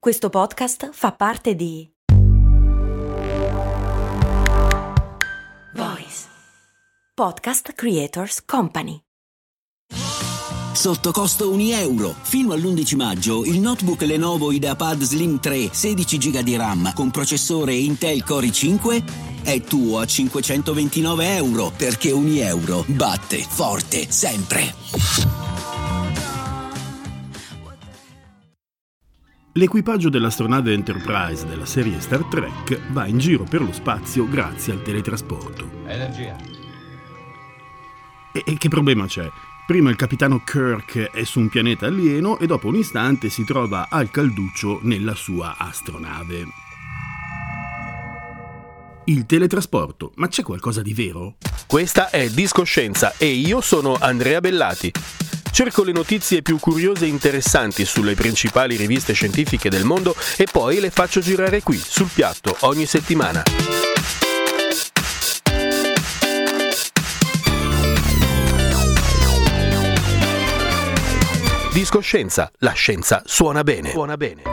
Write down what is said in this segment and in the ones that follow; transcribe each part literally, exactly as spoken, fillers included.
Questo podcast fa parte di Voice Podcast Creators Company. Sotto costo un euro. Fino all'undici maggio il notebook Lenovo IdeaPad Slim tre sedici giga di RAM con processore Intel Core i cinque è tuo a cinquecentoventinove euro, perché un euro batte forte sempre. L'equipaggio dell'astronave Enterprise della serie Star Trek va in giro per lo spazio grazie al teletrasporto. Energia. E, e che problema c'è? Prima il capitano Kirk è su un pianeta alieno e dopo un istante si trova al calduccio nella sua astronave. Il teletrasporto, ma c'è qualcosa di vero? Questa è Discoscienza e io sono Andrea Bellati. Cerco le notizie più curiose e interessanti sulle principali riviste scientifiche del mondo e poi le faccio girare qui, sul piatto, ogni settimana. Discoscienza, la scienza suona bene. Suona bene.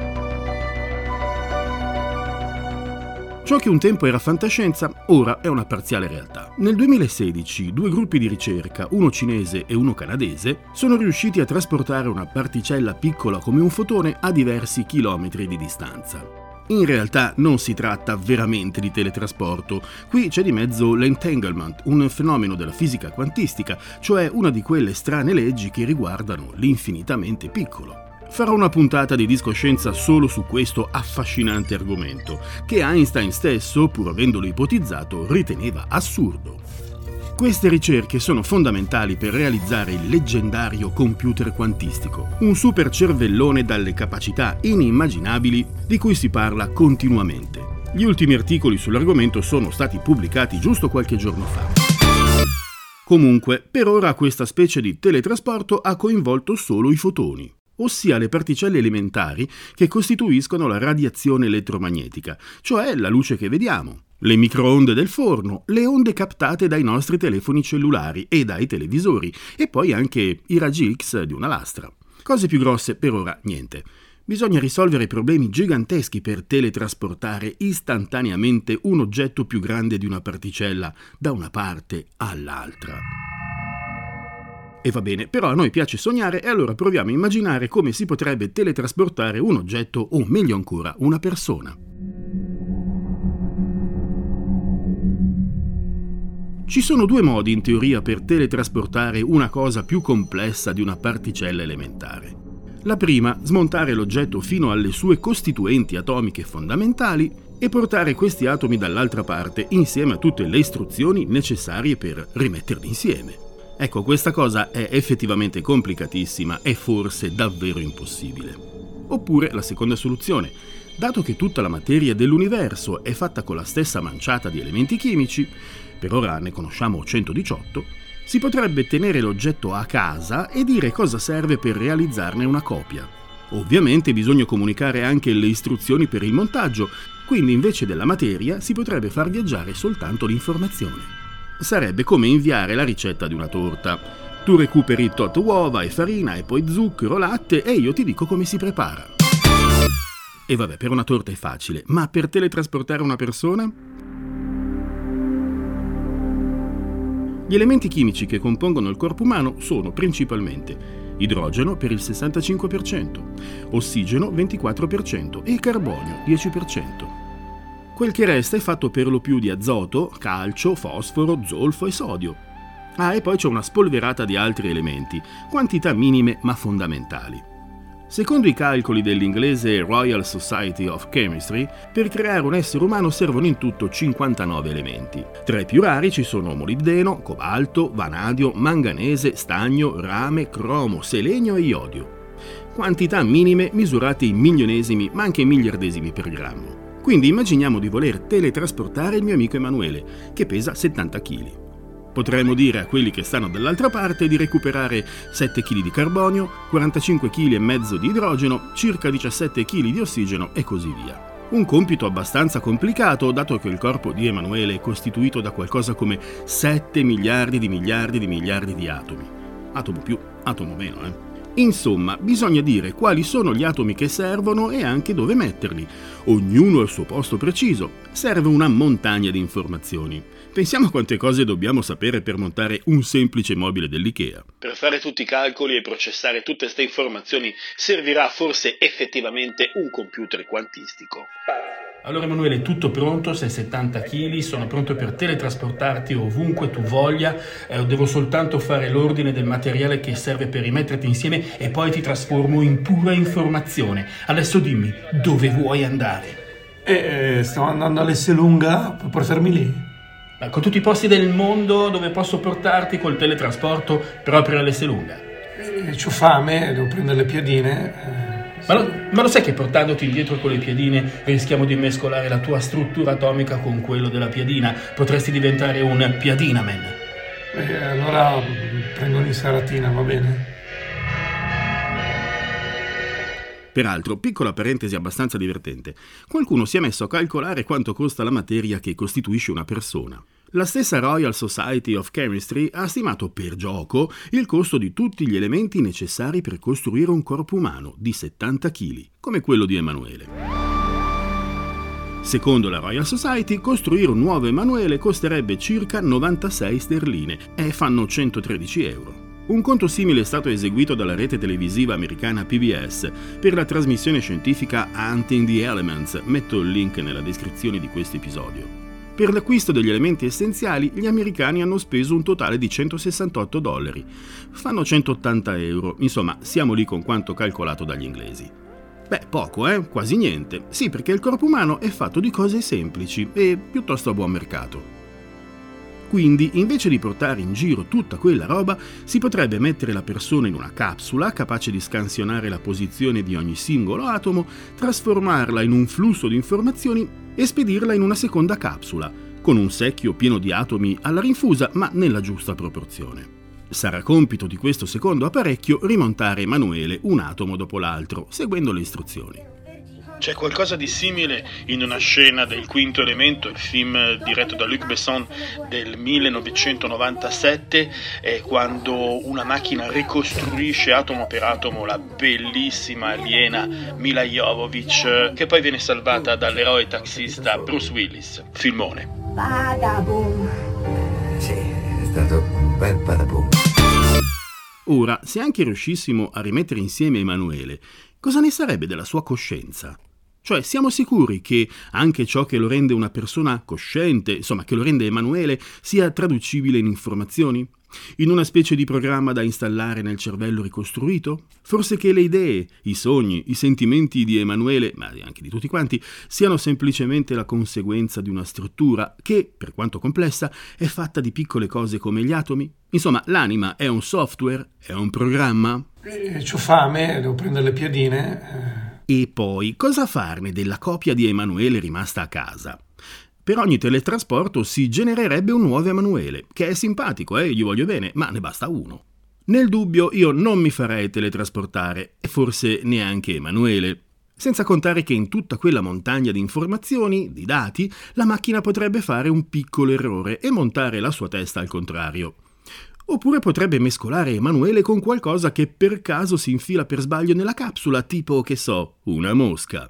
Ciò che un tempo era fantascienza, ora è una parziale realtà. Nel duemilasedici, due gruppi di ricerca, uno cinese e uno canadese, sono riusciti a trasportare una particella piccola come un fotone a diversi chilometri di distanza. In realtà non si tratta veramente di teletrasporto, qui c'è di mezzo l'entanglement, un fenomeno della fisica quantistica, cioè una di quelle strane leggi che riguardano l'infinitamente piccolo. Farò una puntata di Discoscienza solo su questo affascinante argomento, che Einstein stesso, pur avendolo ipotizzato, riteneva assurdo. Queste ricerche sono fondamentali per realizzare il leggendario computer quantistico, un super cervellone dalle capacità inimmaginabili di cui si parla continuamente. Gli ultimi articoli sull'argomento sono stati pubblicati giusto qualche giorno fa. Comunque, per ora questa specie di teletrasporto ha coinvolto solo i fotoni, ossia le particelle elementari che costituiscono la radiazione elettromagnetica, cioè la luce che vediamo, le microonde del forno, le onde captate dai nostri telefoni cellulari e dai televisori, e poi anche i raggi X di una lastra. Cose più grosse per ora niente. Bisogna risolvere problemi giganteschi per teletrasportare istantaneamente un oggetto più grande di una particella da una parte all'altra. E va bene, però a noi piace sognare e allora proviamo a immaginare come si potrebbe teletrasportare un oggetto o, meglio ancora, una persona. Ci sono due modi in teoria per teletrasportare una cosa più complessa di una particella elementare. La prima, smontare l'oggetto fino alle sue costituenti atomiche fondamentali e portare questi atomi dall'altra parte insieme a tutte le istruzioni necessarie per rimetterli insieme. Ecco, questa cosa è effettivamente complicatissima e forse davvero impossibile. Oppure la seconda soluzione, dato che tutta la materia dell'universo è fatta con la stessa manciata di elementi chimici, per ora ne conosciamo centodiciotto, si potrebbe tenere l'oggetto a casa e dire cosa serve per realizzarne una copia. Ovviamente bisogna comunicare anche le istruzioni per il montaggio, quindi invece della materia si potrebbe far viaggiare soltanto l'informazione. Sarebbe come inviare la ricetta di una torta. Tu recuperi tot uova e farina e poi zucchero, latte e io ti dico come si prepara. E vabbè, per una torta è facile, ma per teletrasportare una persona? Gli elementi chimici che compongono il corpo umano sono principalmente idrogeno per il sessantacinque per cento, ossigeno ventiquattro per cento e carbonio dieci per cento. Quel che resta è fatto per lo più di azoto, calcio, fosforo, zolfo e sodio. Ah, e poi c'è una spolverata di altri elementi, quantità minime ma fondamentali. Secondo i calcoli dell'inglese Royal Society of Chemistry, per creare un essere umano servono in tutto cinquantanove elementi. Tra i più rari ci sono molibdeno, cobalto, vanadio, manganese, stagno, rame, cromo, selenio e iodio. Quantità minime misurate in milionesimi ma anche miliardesimi per grammo. Quindi immaginiamo di voler teletrasportare il mio amico Emanuele, che pesa settanta chili. Potremmo dire a quelli che stanno dall'altra parte di recuperare sette chili di carbonio, quarantacinque chili e mezzo di idrogeno, circa diciassette chili di ossigeno e così via. Un compito abbastanza complicato, dato che il corpo di Emanuele è costituito da qualcosa come sette miliardi di miliardi di miliardi di atomi. Atomo più, atomo meno, eh? Insomma, bisogna dire quali sono gli atomi che servono e anche dove metterli. Ognuno al suo posto preciso. Serve una montagna di informazioni. Pensiamo a quante cose dobbiamo sapere per montare un semplice mobile dell'IKEA. Per fare tutti i calcoli e processare tutte queste informazioni servirà forse effettivamente un computer quantistico. Allora Emanuele, tutto pronto, sei settanta chili, sono pronto per teletrasportarti ovunque tu voglia, eh, devo soltanto fare l'ordine del materiale che serve per rimetterti insieme e poi ti trasformo in pura informazione. Adesso dimmi, dove vuoi andare? Eh, stavo andando all'Esselunga, puoi portarmi lì? Eh, con tutti i posti del mondo dove posso portarti col teletrasporto proprio all'Esselunga. Eh, c'ho fame, devo prendere le piadine... Eh. Ma lo, ma lo sai che portandoti indietro con le piadine rischiamo di mescolare la tua struttura atomica con quello della piadina? Potresti diventare un piadinaman. Eh, allora prendo un'insalatina, va bene? Peraltro, piccola parentesi abbastanza divertente, qualcuno si è messo a calcolare quanto costa la materia che costituisce una persona. La stessa Royal Society of Chemistry ha stimato per gioco il costo di tutti gli elementi necessari per costruire un corpo umano di settanta chili, come quello di Emanuele. Secondo la Royal Society, costruire un nuovo Emanuele costerebbe circa novantasei sterline e fanno centotredici euro. Un conto simile è stato eseguito dalla rete televisiva americana P B S per la trasmissione scientifica Hunting the Elements, metto il link nella descrizione di questo episodio. Per l'acquisto degli elementi essenziali, gli americani hanno speso un totale di centosessantotto dollari. Fanno centottanta euro, insomma, siamo lì con quanto calcolato dagli inglesi. Beh, poco, eh? Quasi niente. Sì, perché il corpo umano è fatto di cose semplici e piuttosto a buon mercato. Quindi, invece di portare in giro tutta quella roba, si potrebbe mettere la persona in una capsula capace di scansionare la posizione di ogni singolo atomo, trasformarla in un flusso di informazioni e spedirla in una seconda capsula, con un secchio pieno di atomi alla rinfusa ma nella giusta proporzione. Sarà compito di questo secondo apparecchio rimontare Emanuele un atomo dopo l'altro, seguendo le istruzioni. C'è qualcosa di simile in una scena del Quinto Elemento, il film diretto da Luc Besson del millenovecentonovantasette, eh, quando una macchina ricostruisce atomo per atomo la bellissima aliena Mila Jovovich, che poi viene salvata dall'eroe taxista Bruce Willis. Filmone. Badaboom. Sì, è stato un bel badaboom. Ora, se anche riuscissimo a rimettere insieme Emanuele, cosa ne sarebbe della sua coscienza? Cioè, siamo sicuri che anche ciò che lo rende una persona cosciente, insomma, che lo rende Emanuele, sia traducibile in informazioni? In una specie di programma da installare nel cervello ricostruito? Forse che le idee, i sogni, i sentimenti di Emanuele, ma anche di tutti quanti, siano semplicemente la conseguenza di una struttura che, per quanto complessa, è fatta di piccole cose come gli atomi? Insomma, l'anima è un software? È un programma? Eh, c'ho fame, devo prendere le piadine... Eh. E poi, cosa farne della copia di Emanuele rimasta a casa? Per ogni teletrasporto si genererebbe un nuovo Emanuele, che è simpatico, eh, gli voglio bene, ma ne basta uno. Nel dubbio io non mi farei teletrasportare, e forse neanche Emanuele. Senza contare che in tutta quella montagna di informazioni, di dati, la macchina potrebbe fare un piccolo errore e montare la sua testa al contrario. Oppure potrebbe mescolare Emanuele con qualcosa che per caso si infila per sbaglio nella capsula, tipo, che so, una mosca.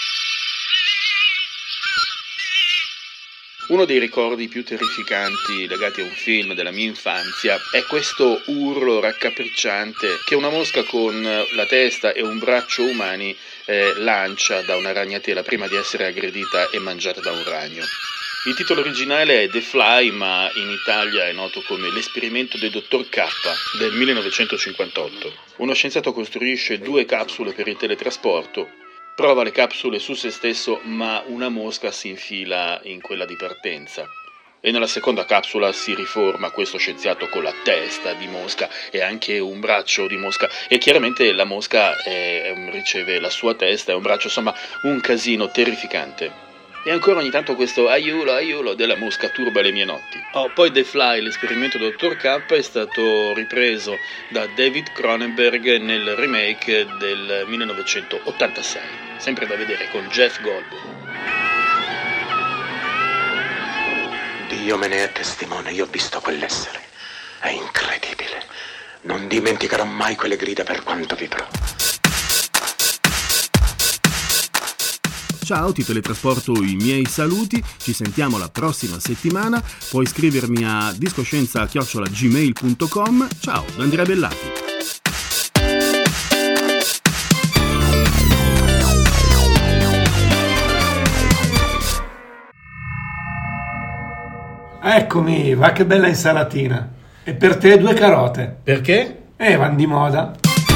Uno dei ricordi più terrificanti legati a un film della mia infanzia è questo urlo raccapricciante che una mosca con la testa e un braccio umani eh, lancia da una ragnatela prima di essere aggredita e mangiata da un ragno. Il titolo originale è The Fly, ma in Italia è noto come L'esperimento del dottor K del millenovecentocinquantotto. Uno scienziato costruisce due capsule per il teletrasporto, prova le capsule su se stesso, ma una mosca si infila in quella di partenza. E nella seconda capsula si riforma questo scienziato con la testa di mosca e anche un braccio di mosca. E chiaramente la mosca eh, riceve la sua testa e un braccio, insomma un casino terrificante. E ancora ogni tanto questo aiulo, aiulo della mosca turba le mie notti. Oh, poi The Fly, l'esperimento del dottor K, è stato ripreso da David Cronenberg nel remake del millenovecentottantasei, sempre da vedere con Jeff Goldblum. Dio me ne è testimone, io ho visto quell'essere. È incredibile. Non dimenticherò mai quelle grida per quanto vivrò. Ciao, ti teletrasporto i miei saluti, ci sentiamo la prossima settimana, puoi scrivermi a discoscienza chiocciola gmail punto com. Ciao, da Andrea Bellati. Eccomi, va che bella insalatina. E per te due carote. Perché? Eh, van di moda.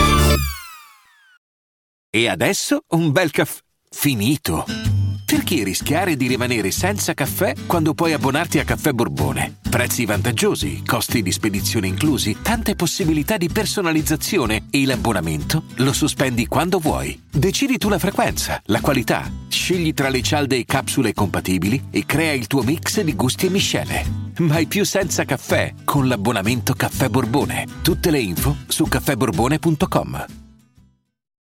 E adesso un bel caffè finito. Perché rischiare di rimanere senza caffè quando puoi abbonarti a Caffè Borbone? Prezzi vantaggiosi, costi di spedizione inclusi, tante possibilità di personalizzazione e l'abbonamento lo sospendi quando vuoi. Decidi tu la frequenza, la qualità, scegli tra le cialde e capsule compatibili e crea il tuo mix di gusti e miscele. Mai più senza caffè con l'abbonamento Caffè Borbone. Tutte le info su caffè borbone punto com.